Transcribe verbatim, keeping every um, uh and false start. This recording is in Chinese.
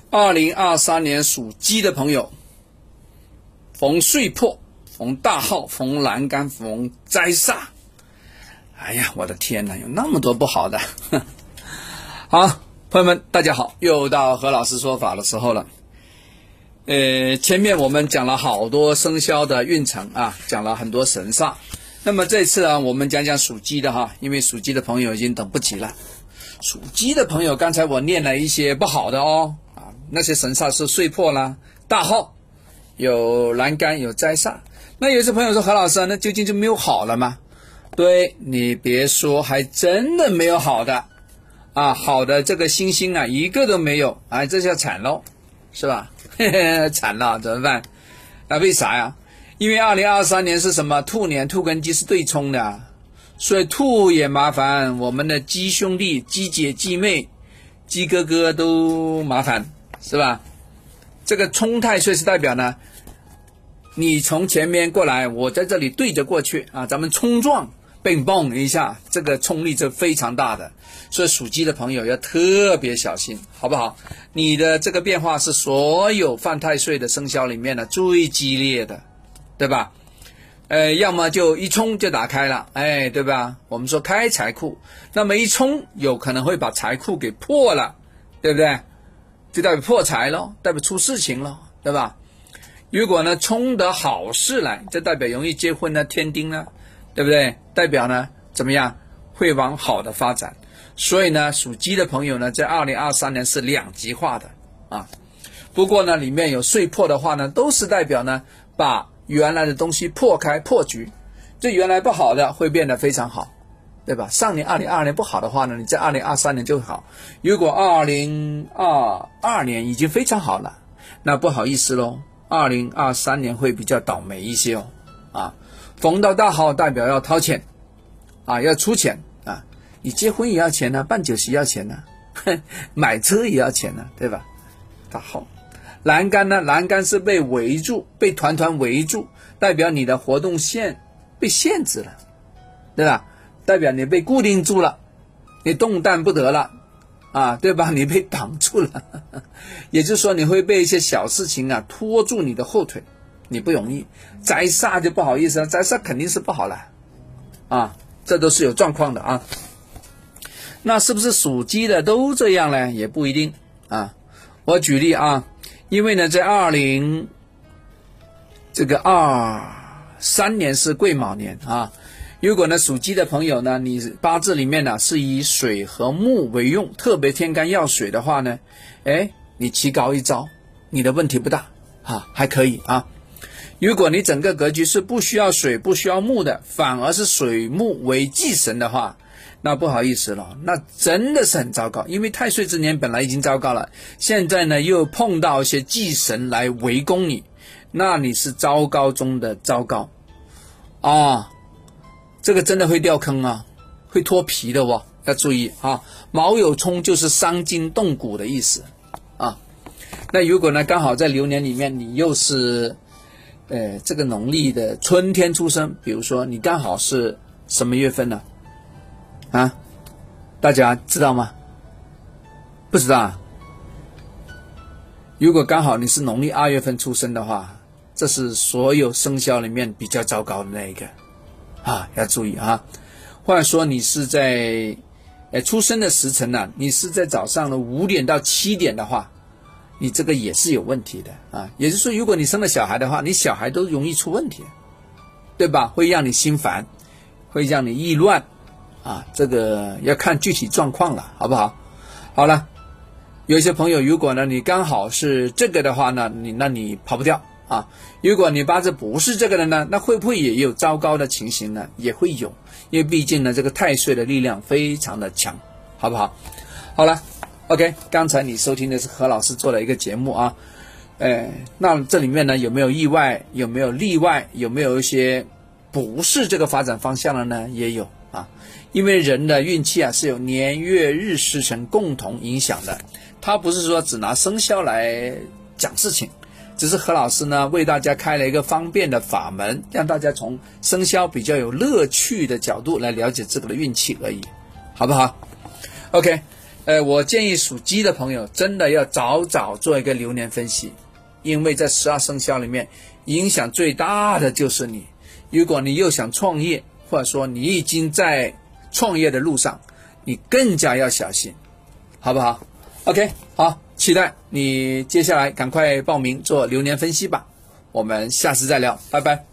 二零二三年属鸡的朋友，逢岁破，逢大耗，逢栏杆，逢灾煞。哎呀，我的天哪，有那么多不好的。好，朋友们，大家好，又到何老师说法的时候了。呃，前面我们讲了好多生肖的运程啊，讲了很多神煞。那么这次啊，我们讲讲属鸡的哈，因为属鸡的朋友已经等不及了。属鸡的朋友，刚才我念了一些不好的哦，啊，那些神煞是岁破啦、大耗，有栏杆，有灾煞。那有些朋友说，何老师啊，那究竟就没有好了吗？对，你别说，还真的没有好的啊，好的这个星星啊，一个都没有，哎，这下惨喽，是吧？嘿嘿，惨了，怎么办？那为啥呀？因为二零二三年是什么？兔年，兔跟鸡是对冲的，所以兔也麻烦，我们的鸡兄弟、鸡姐、鸡妹、鸡哥哥都麻烦，是吧？这个冲太岁是代表呢，你从前面过来，我在这里对着过去啊，咱们冲撞，蹦蹦一下，这个冲力是非常大的，所以属鸡的朋友要特别小心，好不好？你的这个变化是所有犯太岁的生肖里面呢最激烈的，对吧？呃，要么就一冲就打开了，哎，对吧？我们说开财库，那么一冲有可能会把财库给破了，对不对？就代表破财咯，代表出事情咯，对吧？如果呢冲得好事来，这代表容易结婚呢，添丁呢，对不对？代表呢怎么样？会往好的发展。所以呢，属鸡的朋友呢，在二零二三年是两极化的啊。不过呢，里面有岁破的话呢，都是代表呢，把原来的东西破开破局，这原来不好的会变得非常好，对吧？上年二零二二年不好的话呢，你在二零二三年就好。如果二零二二年已经非常好了，那不好意思咯，二零二三年会比较倒霉一些哦。啊，逢到大耗代表要掏钱啊，要出钱啊，你结婚也要钱呢、啊，办酒席要钱呢、啊，买车也要钱呢、啊，对吧？大耗。栏杆呢？栏杆是被围住，被团团围住，代表你的活动线被限制了，对吧？代表你被固定住了，你动弹不得了啊，对吧？你被绑住了，也就是说你会被一些小事情啊拖住你的后腿，你不容易。灾煞就不好意思了，灾煞肯定是不好了啊，这都是有状况的啊。那是不是属鸡的都这样呢？也不一定啊。我举例啊。因为呢，在二零这个二三年是癸卯年啊，如果呢属鸡的朋友呢，你八字里面呢是以水和木为用，特别天干要水的话呢，哎，你棋高一招，你的问题不大啊，还可以啊。如果你整个格局是不需要水、不需要木的，反而是水木为忌神的话，那不好意思了，那真的是很糟糕，因为太岁之年本来已经糟糕了，现在呢又碰到一些忌神来围攻你，那你是糟糕中的糟糕啊！这个真的会掉坑啊，会脱皮的哦，要注意啊！卯酉冲就是伤筋动骨的意思啊。那如果呢刚好在流年里面你又是呃这个农历的春天出生，比如说你刚好是什么月份呢？啊，大家知道吗？不知道啊。如果刚好你是农历二月份出生的话，这是所有生肖里面比较糟糕的那一个啊，要注意啊。或者说你是在呃出生的时辰呢、啊，你是在早上的五点到七点的话，你这个也是有问题的啊。也就是说，如果你生了小孩的话，你小孩都容易出问题，对吧？会让你心烦，会让你意乱。啊，这个要看具体状况了，好不好？好了，有一些朋友，如果呢你刚好是这个的话呢，你那你跑不掉啊。如果你八字不是这个的呢，那会不会也有糟糕的情形呢？也会有，因为毕竟呢这个太岁的力量非常的强，好不好？好了 ，OK， 刚才你收听的是何老师做的一个节目啊，呃，那这里面呢有没有意外？有没有例外？有没有一些不是这个发展方向的呢？也有啊。因为人的运气啊是有年月日时辰共同影响的，他不是说只拿生肖来讲事情，只是何老师呢为大家开了一个方便的法门，让大家从生肖比较有乐趣的角度来了解这个的运气而已，好不好？ OK， 呃，我建议属鸡的朋友真的要早早做一个流年分析，因为在十二生肖里面影响最大的就是你。如果你又想创业，或者说你已经在创业的路上，你更加要小心，好不好？ OK， 好，期待你接下来赶快报名做流年分析吧，我们下次再聊，拜拜。